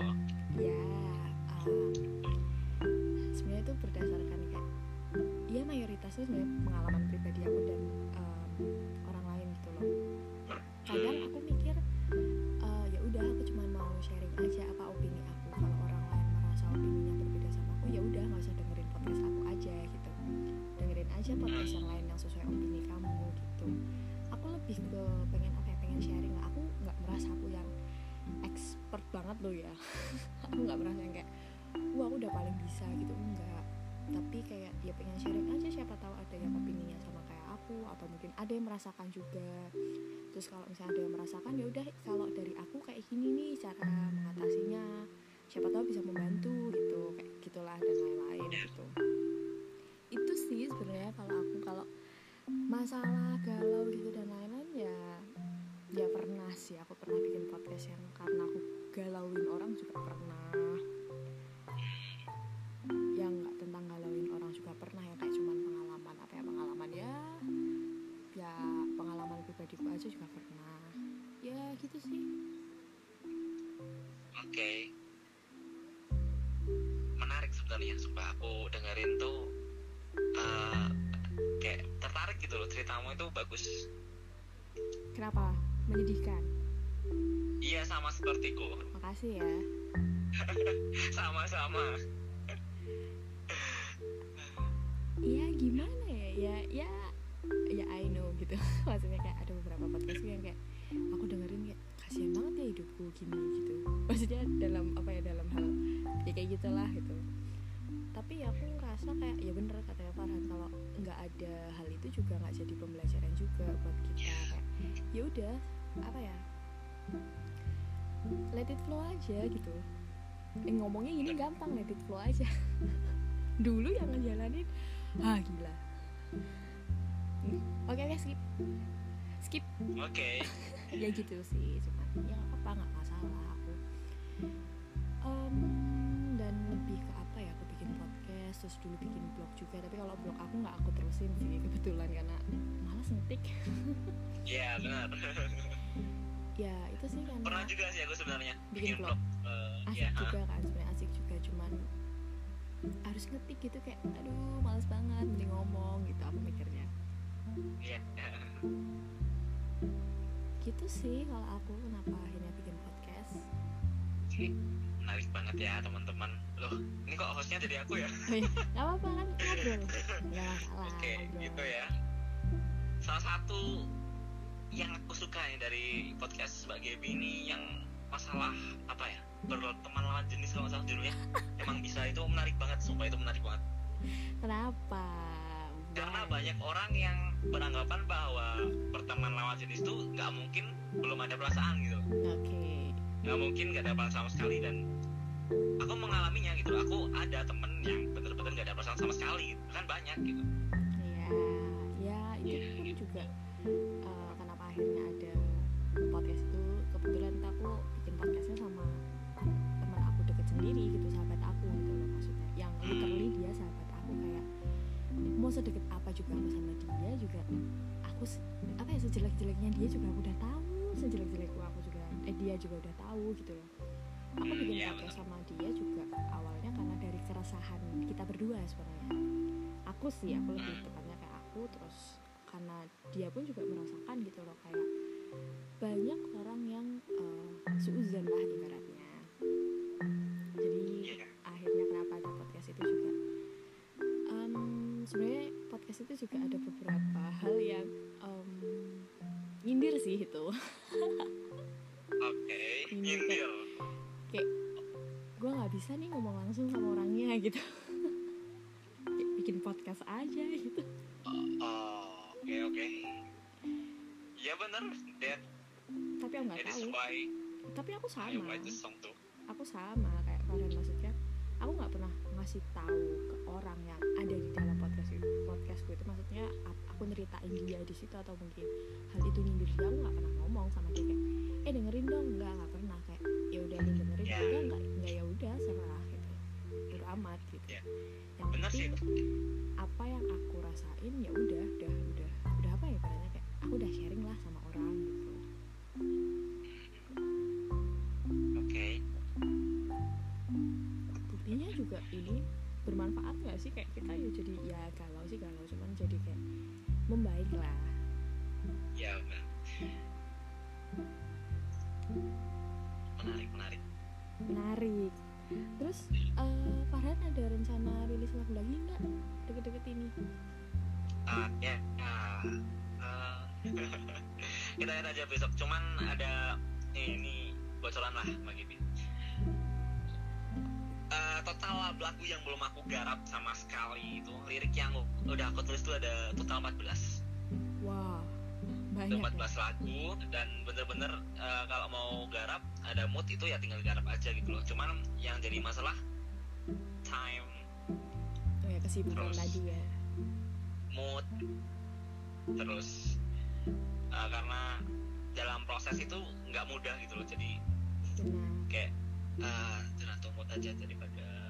sebenarnya itu berdasarkan kayak ya mayoritasnya sebenarnya pengalaman pribadi aku dan orang lain gitu loh. Kadang aku mikir ya udah, aku cuma mau sharing aja apa opini aku. Kalau orang lain merasa opininya berbeda sama aku, ya udah nggak usah dengerin podcast aku aja gitu, dengerin aja podcast yang lain yang sesuai opini kamu gitu. Aku lebih ke pengen sharing lah. Aku nggak merasa aku yang expert banget loh ya aku nggak merasa yang kayak wah aku udah paling bisa gitu, enggak. Tapi kayak ya pengen sharing aja, siapa tahu ada yang opininya sama kayak aku, atau mungkin ada yang merasakan juga. Terus kalau misalnya ada yang merasakan, ya udah kalau dari aku kayak gini nih cara mengatasinya, siapa tahu bisa membantu gitu, kayak gitulah dan lain-lain gitu. Itu sih sebenarnya kalau aku, kalau masalah galau gitu dan lain-lain ya pernah sih, aku pernah bikin podcast yang karena aku galauin orang juga pernah. Yang nggak tentang galauin orang juga pernah, yang kayak cuman pengalaman ya pengalaman pribadiku aja juga pernah. Ya gitu sih. Oke. Menarik sebenarnya, sumpah aku dengerin tuh kayak tertarik gitu loh, ceritamu itu bagus. Kenapa? Menyedihkan? Iya, sama sepertiku. Makasih ya. Sama-sama. Iya gimana ya I know gitu maksudnya kayak ada beberapa podcast yang kayak aku dengerin kayak kasihan banget ya hidupku gini gitu, maksudnya dalam hal ya kayak gitulah gitu. Tapi aku ngerasa kayak ya bener katanya Farhan, kalau nggak ada hal itu juga nggak jadi pembelajaran juga buat kita. Kayak ya udah let it flow aja gitu. Ngomongnya gini gampang, let it flow aja. Dulu yang ngejalanin gila. Oke, skip. Oke. Ya gitu sih, cuman ya apa nggak masalah aku. Dan lebih ke apa ya, aku bikin podcast, terus dulu bikin blog juga. Tapi kalau blog aku nggak aku terusin sih kebetulan karena malas ngetik. Iya benar. Ya itu sih kan. Pernah juga sih aku sebenarnya bikin blog. Asik juga kan, sebenarnya asik juga, cuman harus ngetik gitu kayak aduh malas banget, mending ngomong gitu aku mikirnya. Iya. Gitu sih kalau aku kenapa akhirnya bikin podcast. Menarik banget ya teman-teman. Loh, ini kok hostnya jadi aku ya? Gak apa-apa kan, ngobrol. Gak masalah. Oke, gitu ya. Salah satu yang aku suka nih dari podcast Mbak Gaby ini yang masalah apa ya? berteman lawan jenis kalau salah judulnya. Emang bisa, itu menarik banget, sumpah itu menarik banget. Kenapa? Karena banyak orang yang beranggapan bahwa berteman lawan jenis itu nggak mungkin belum ada perasaan gitu. Oke. Nggak mungkin nggak ada perasaan sama sekali, dan aku mengalaminya gitu. Aku ada temen yang bener-bener nggak ada perasaan sama sekali gitu. Kan banyak gitu. Ya itu juga kenapa akhirnya ada podcast itu. Kebetulan aku bikin podcastnya sama teman aku deket sendiri gitu, sahabat aku gitu loh, maksudnya yang literally dia sahabat aku, kayak mau sedekat apa juga aku sama dia juga, aku apa ya, sejelek-jeleknya dia juga aku udah tahu, sejelek-jelekku aku juga dia juga udah tahu gitu loh. Aku bikin podcast sama dia juga awalnya karena dari keresahan kita berdua sebenarnya. Aku lebih tepatnya kayak aku, terus karena dia pun juga merasakan gitu loh, kayak banyak orang yang seuzon lah ibaratnya. Jadi akhirnya kenapa ada podcast itu juga, sebenarnya podcast itu juga ada beberapa hal yang nyindir sih itu. Oke, nyindir. Kayak gue nggak bisa nih ngomong langsung sama orangnya gitu. Kayak bikin podcast aja gitu. Oke. Ya benar, tapi aku nggak tahu. Tapi aku sama. Aku sama kayak Farhan, maksudnya aku nggak pernah ngasih tahu ke orang yang ada di dalam podcastku itu, maksudnya aku nyeritain dia di situ atau mungkin hal itu nyindir dia, aku nggak pernah ngomong sama dia kayak dengerin dong, nggak pernah, kayak ya udah lu dengerin, nggak ya udah serah gitu, bodo amat gitu. Yang penting apa yang aku rasain ya udah apa ya, padahal kayak aku udah sharing lah sama orang gitu. Buktinya juga ini bermanfaat nggak sih, kayak kita ya jadi ya galau cuman jadi kayak membaik lah. Ya benar. Menarik. Terus Farhan ada rencana rilis lagu lagi nggak deket-deket ini? Kita lihat aja besok. Cuman ada ini bocoran lah bagi total lagu yang belum aku garap sama sekali itu, lirik yang udah aku tulis itu ada total 14. Wah, banyak. 14 lagu, dan bener-bener kalau mau garap ada mood itu ya tinggal garap aja gitu loh. Cuman yang jadi masalah time, kesibukan tadi ya, mood, terus karena dalam proses itu nggak mudah gitu loh. Jadi kayak tergantung mood aja daripada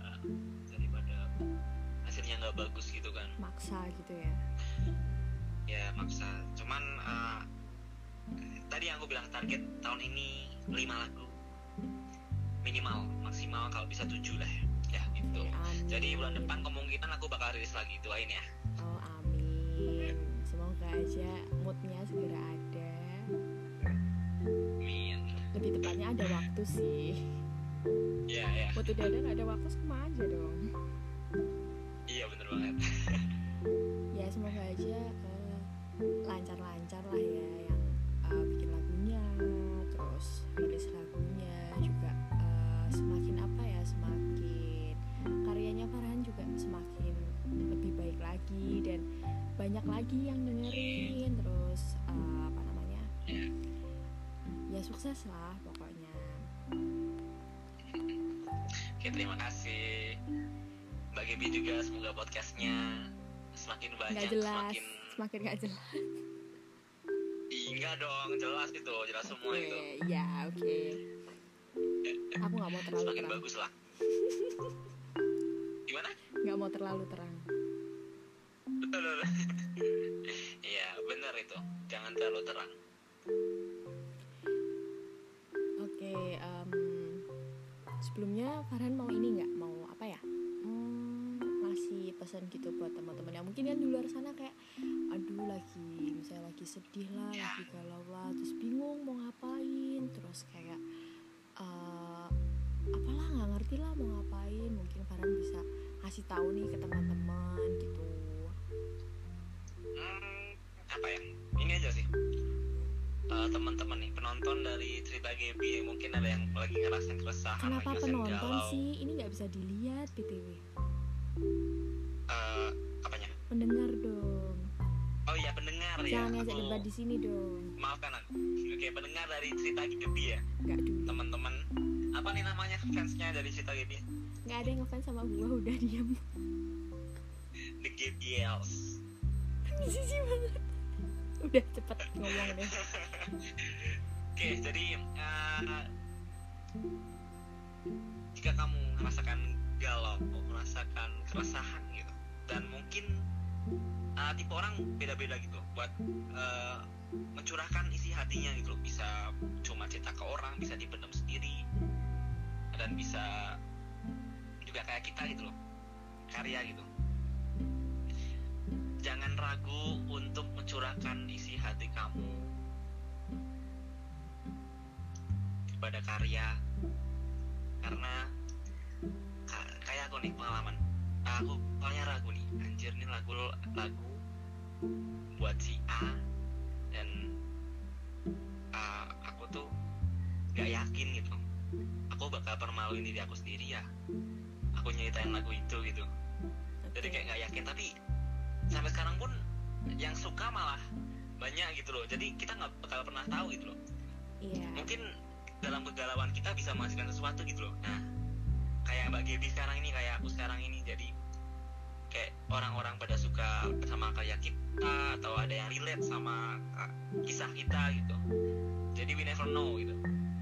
hasilnya nggak bagus gitu kan. Maksa gitu ya. Ya maksa. Cuman tadi yang aku bilang target tahun ini 5 lagu minimal, maksimal kalau bisa 7 lah ya gitu. Jadi bulan depan kemungkinan aku bakal rilis lagi, doain ya. Oh amin, semoga aja moodnya segera ada. Amin. Lebih tepatnya ada waktu sih. Ya. Mood udah ada nggak ada waktu sama aja dong. Iya bener banget. Ya semoga aja lancar-lancar lah ya, yang bikin lagunya, terus rilis lagunya juga semakin karyanya Farhan juga semakin lebih baik lagi dan banyak lagi yang dengerin, terus ya sukses lah pokoknya. Oke, terima kasih Mbak Gaby juga, semoga podcastnya semakin banyak, semakin gak jelas. Enggak dong, jelas itu, jelas semua itu. Ya, oke. Aku nggak mau terlalu semakin terang. Bagus lah. Gimana? Nggak mau terlalu terang. Betul. Iya, benar itu. Jangan terlalu terang. Oke, sebelumnya Farhan mau ini nggak, mau apa ya? Ngasih pesan gitu buat teman-teman yang mungkin kan di luar sana kayak, aduh misalnya lagi sedih lah, lagi galau lah, terus bingung mau ngapain, terus kayak apalah nggak ngerti lah mau ngapain. Mungkin Farhan bisa ngasih tahu nih ke teman-teman gitu. Apa ya? Ini aja sih. Teman-teman nih, penonton dari cerita cerita Gaby, mungkin ada yang lagi ngerasain keresahan, Kenapa lagi ngerasain penonton galau. sih? Ini nggak bisa dilihat BTW. Apanya? Pendengar dong. Oh iya, pendengar ya. Jangan ngajak debat di sini dong. Maafkan aku. Oke, pendengar dari cerita Gaby ya, Nggak dulu. teman-teman. Apa nih namanya fansnya dari cerita Gaby? Nggak ada yang ngefans sama gua, udah diam. The Gabyels. Jijik banget. Udah cepet ngomong deh. Oke, jadi jika kamu merasakan galau, merasakan keresahan gitu, dan mungkin tipe orang beda-beda gitu buat mencurahkan isi hatinya gitu, bisa cuma cerita ke orang, bisa dipendam sendiri, dan bisa juga kayak kita gitu loh, karya gitu. Jangan ragu untuk mencurahkan isi hati kamu kepada karya, karena kayak aku nih pengalaman, aku awalnya ragu nih, anjir nih lagu buat si A, dan aku tuh gak yakin gitu, aku bakal permaluin diri aku sendiri ya, aku nyeritain lagu itu gitu. Jadi kayak gak yakin, tapi sampai sekarang pun yang suka malah banyak gitu loh. Jadi kita nggak bakal pernah tahu gitu loh. Iya. Mungkin dalam kegalauan kita bisa menghasilkan sesuatu gitu loh. Nah, kayak Mbak Gaby sekarang ini, kayak aku sekarang ini, jadi kayak orang-orang pada suka sama karya kita, atau ada yang relate sama kisah kita gitu. Jadi we never know gitu.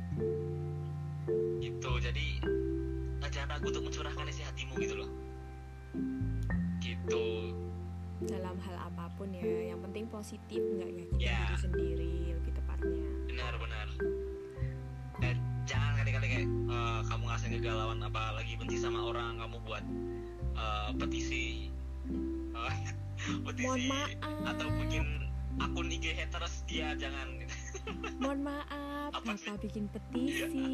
Gitu. Jadi jangan ragu untuk mencurahkan isi hatimu gitu loh. Gitu. Dalam hal apapun ya, yang penting positif, nggak nyakitin Ya. diri sendiri lebih tepatnya. Benar. Jangan kali-kali kayak kamu ngerasain kegalauan, apalagi benci sama orang, kamu buat petisi Mohon maaf. atau bikin akun IG haters dia, jangan. Mohon maaf, Apa kenapa bikin petisi?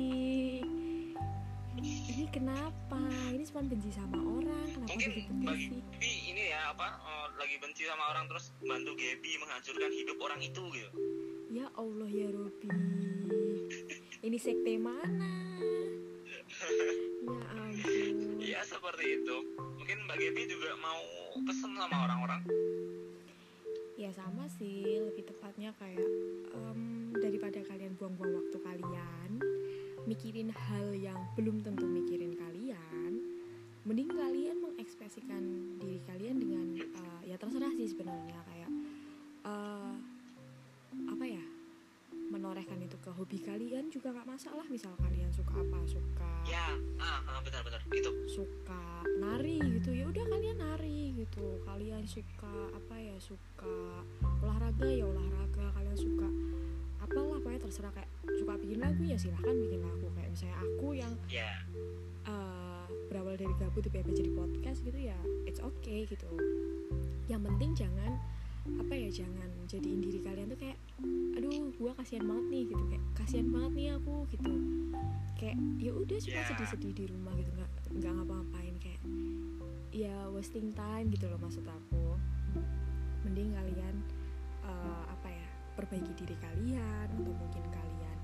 Ini kenapa? Ini cuma benci sama orang, kenapa Mungkin bikin bagi petisi? Gaby ini ya lagi benci sama orang, terus bantu Gaby menghancurkan hidup orang itu gitu. Ya Allah ya Robi, ini sekte mana? Ya ampun. Ya seperti itu. Mungkin Mbak Gaby juga mau pesen sama orang-orang. Ya sama sih, lebih tepatnya kayak daripada kalian buang-buang waktu kalian mikirin hal yang belum tentu mikirin kalian, mending kalian mengekspresikan diri kalian dengan ya terserah sih sebenarnya, kayak apa ya, menorehkan itu ke hobi kalian juga nggak masalah. Misal kalian suka apa, Ya, benar itu. suka nari gitu, ya udah kalian nari gitu. Kalian suka apa ya, suka olahraga ya olahraga. Kalian suka apalah, pokoknya terserah. Kayak suka bikin lagu ya silahkan bikin lagu. Kayak misalnya aku yang Ya. berawal dari gabut tiba-tiba jadi podcast gitu ya, it's okay gitu. Yang penting jangan apa ya, jangan jadiin diri kalian tuh kayak aduh gua kasihan banget nih gitu, kayak kasihan banget nih aku gitu. Kayak ya udah cuma sedih-sedih di rumah gitu, nggak ngapa-ngapain, kayak ya wasting time gitu loh maksud aku. Mending kalian apa ya, perbaiki diri kalian, atau mungkin kalian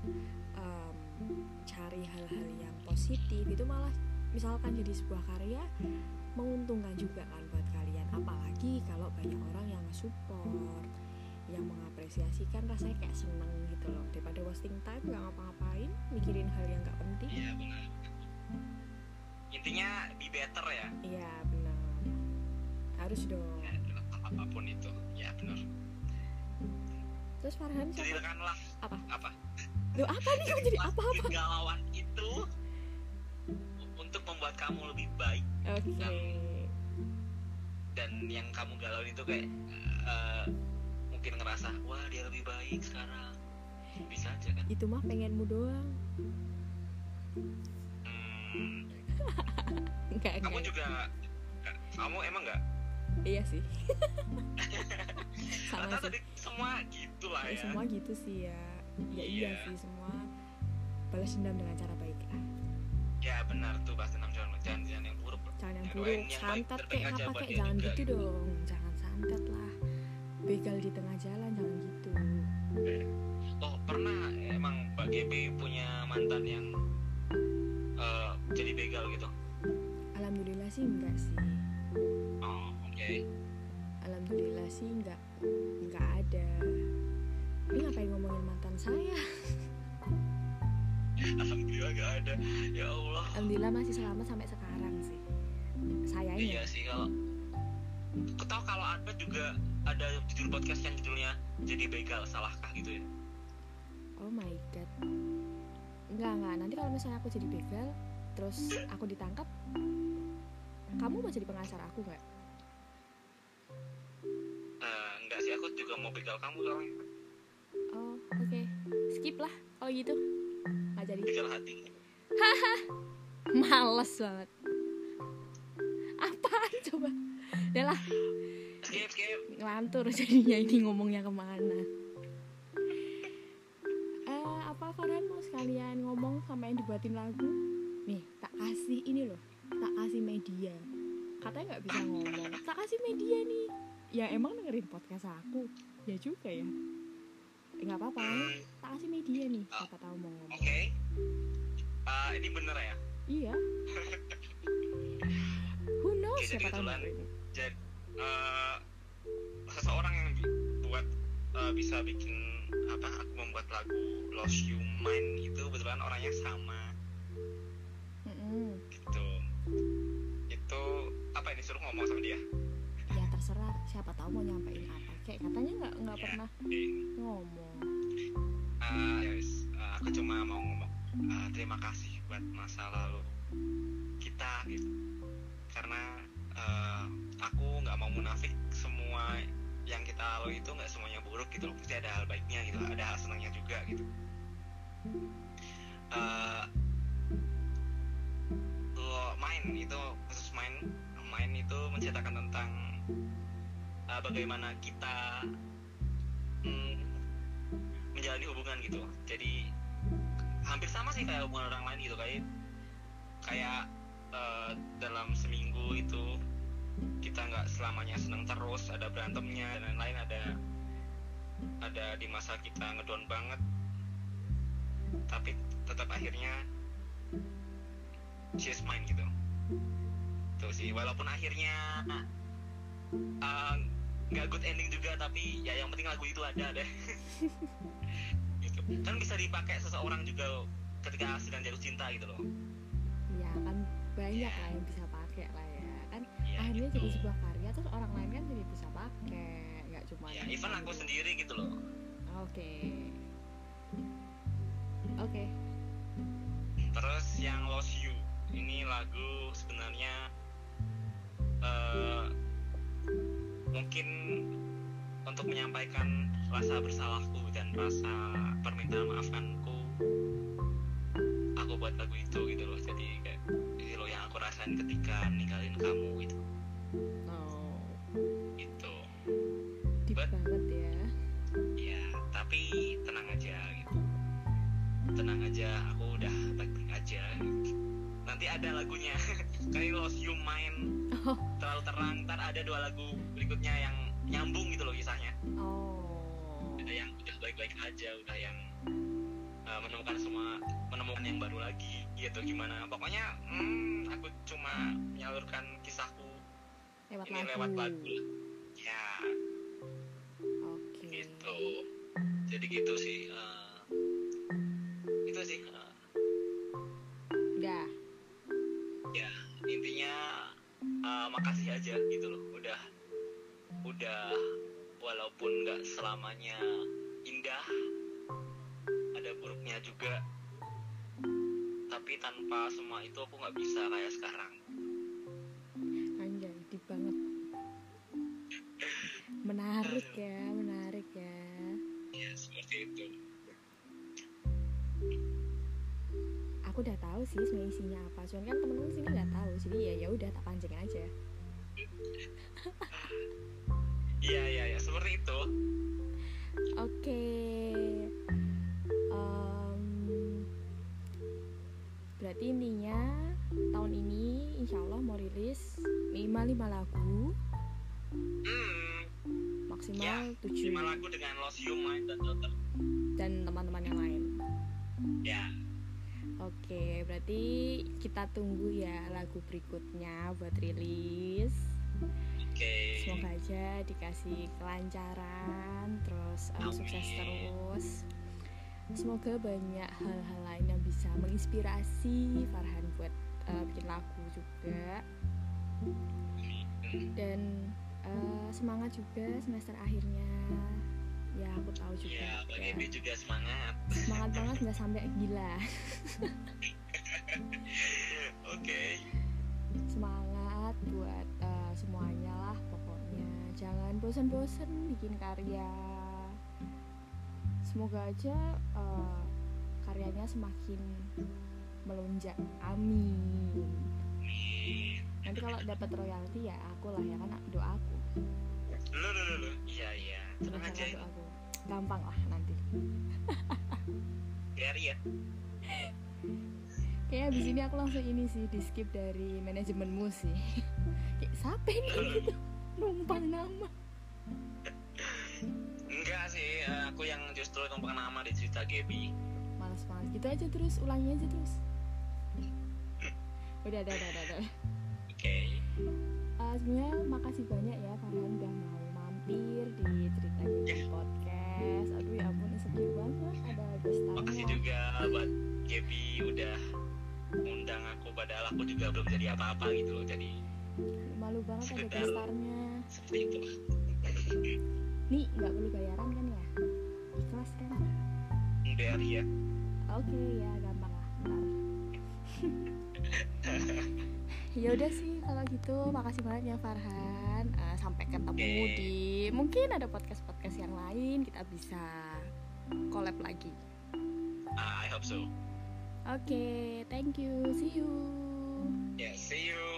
cari hal-hal yang positif. Itu malah misalkan jadi sebuah karya menguntungkan juga kan buat kalian. Apalagi kalau banyak orang yang nge-support, yang mengapresiasi, kan rasanya kayak seneng gitu loh, daripada wasting time nggak ngapa-ngapain mikirin hal yang nggak penting. Iya benar. Intinya be better ya. Iya benar, harus dong. Ya, apapun itu. Ya benar. Terus Farhan Jadi siapa? rekanlah Apa? Loh apa nih, kamu jadi apa-apa? kegalauan itu untuk membuat kamu lebih baik. Oke. Dan yang kamu galau itu kayak mungkin ngerasa wah dia lebih baik sekarang, bisa aja kan. Itu mah pengenmu doang. Enggak. Kamu juga, kamu emang nggak? Iya sih. Sama Rata sih. tadi semua gitu lah Ya, ya. semua gitu sih ya. Ya iya Iya. sih, semua balas dendam dengan cara baik lah. Ya benar tuh, pasti jangan yang buruk. Jangan yang Ya, buruk, doain yang santet baik-baik kayak aja apa buat kayak, dia jangan juga gitu dong. Jangan santet lah. Begal di tengah jalan, jangan gitu. Oh, pernah emang Mbak Gaby punya mantan yang jadi begal gitu? Alhamdulillah sih enggak sih. Oh, oke. Alhamdulillah sih enggak ada. Ini ngapain ngomongin mantan saya? Alhamdulillah gak ada. Ya Allah. Alhamdulillah masih selamat sampai sekarang sih. Sayangnya. Iya sih, kalau aku tahu kalau Anda juga ada judul podcast yang judulnya jadi begal, salahkah gitu ya? Oh my god. Enggak. Nanti kalau misalnya aku jadi begal, terus aku ditangkap, kamu mau jadi pengacar aku nggak? Enggak sih, aku juga mau begal kamu soalnya. Oh oke. Skip lah kalau gitu. Nggak jadi. Begal hati. Males banget. Apaan coba? Udah lah, Skip. ngelantur jadinya ini ngomongnya kemana. Apa Farhan mau sekalian ngomong sama yang dibuatin lagu? Nih, tak kasih ini loh, tak kasih media. Katanya nggak bisa ngomong, tak kasih media nih. Ya emang dengerin podcast aku, ya juga ya. Nggak apa-apa, tak kasih media nih. Siapa tahu mau ngomong. Oke. Ini bener ya? Iya. Who knows, Oke, siapa tahu kebetulan dengerin. jadi seseorang yang buat bisa bikin aku membuat lagu Lost You Mine itu kebetulan orangnya sama. Gitu. Itu apa ini, suruh ngomong sama dia? Ya terserah, siapa tahu mau nyampein apa. Kayak katanya nggak Ya, pernah ngomong. Yes. Aku cuma mau ngomong terima kasih buat masa lalu kita gitu. Karena aku nggak mau munafik, semua yang kita lalui itu nggak semuanya buruk gitu loh, pasti ada hal baiknya gitu, ada hal senangnya juga gitu. Main itu khusus main itu menceritakan tentang bagaimana kita menjalani hubungan gitu. Jadi hampir sama sih kayak hubungan orang lain gitu, kayak dalam seminggu itu kita nggak selamanya senang terus, ada berantemnya dan lain-lain, ada di masa kita ngedown banget, tapi tetap akhirnya she's mine gitu. Tuh sih, walaupun akhirnya nggak good ending juga, tapi ya yang penting lagu itu ada deh. Gitu. Kan bisa dipakai seseorang juga ketika sedang jatuh cinta gitu loh. Ya kan banyak lah yang bisa pakai lah ya kan. Ya, Akhirnya gitu. jadi sebuah karya, terus orang lain kan jadi bisa pakai, nggak cuma Ya even aku sendiri gitu loh. Oke. Terus yang Lost You ini lagu sebenarnya mungkin untuk menyampaikan rasa bersalahku dan rasa permintaan maafkanku, aku buat lagu itu gitu loh. Jadi kayak ini loh yang aku rasain ketika ninggalin kamu gitu. Oh, Gitu. deep But banget ya. ya, tapi tenang aja gitu. Tenang aja, aku udah baik-baik aja. Nanti ada lagunya. Kayak Lost You Mine terlalu terang, ntar ada 2 lagu berikutnya yang nyambung gitu loh kisahnya. Oh. Ada yang udah baik-baik aja, udah yang menemukan yang baru lagi gitu, gimana pokoknya aku cuma menyalurkan kisahku Lewat ini lagu. lewat lagu ya. Oke. Gitu, jadi gitu sih. Itu sih Udah. ya intinya makasih aja gitu loh, udah walaupun nggak selamanya indah, ada buruknya juga, tapi tanpa semua itu aku nggak bisa kayak sekarang. Anjay, deep banget. Menarik ya. Ya seperti itu. Aku udah tahu sih sebenarnya isinya apa, cuman kan temen-temen sini nggak tahu, jadi ya udah tak pancing aja. Iya seperti itu. Oke. Berarti intinya tahun ini insya Allah mau rilis minimal 5 lagu. maksimal 7 5 lagu dengan Lost You Mind dan Daughter dan teman-teman yang lain. ya. Oke, berarti kita tunggu ya lagu berikutnya buat rilis. Oke. Semoga aja dikasih kelancaran, terus sukses terus. Semoga banyak hal-hal lain yang bisa menginspirasi Farhan buat bikin lagu juga. Dan semangat juga semester akhirnya. Ya aku tahu juga. Ya, Mbak Gaby juga semangat. Semangat banget, nggak sampai gila. Oke. Semangat buat semuanya lah pokoknya. Jangan bosan-bosan bikin karya. Semoga aja karyanya semakin melonjak. Amin. Nanti kalau dapat royalti ya aku lah ya, kan doaku. Lu. Iya. Tenang aja ini. Doaku. Gampang lah nanti. Biar ya. Kayak abis ini aku langsung ini sih di skip dari manajemenmu sih. Kayak siapa ini gitu numpang nama. Enggak sih, aku yang justru numpang nama di cerita Gaby. Males banget gitu aja, terus ulangi aja terus. Udah. Oke. Sebenarnya makasih banyak ya Farhan udah mau mampir di cerita Gaby podcast. Aduh ya ampun, insecure banget ada gestarnya. Makasih juga buat Gaby udah undang aku, padahal aku juga belum jadi apa-apa gitu loh. Jadi malu banget ada sekedar gestarnya. seperti itu. Nih nggak perlu bayaran kan ya? Ikhlas kan? Biar ya. Oke ya, gampang lah ntar. Ya udah sih kalau gitu, makasih banget ya Farhan. Sampai ketemu di mungkin ada podcast yang lain, kita bisa collab lagi. I hope so. Oke, thank you, see you. Yeah, see you.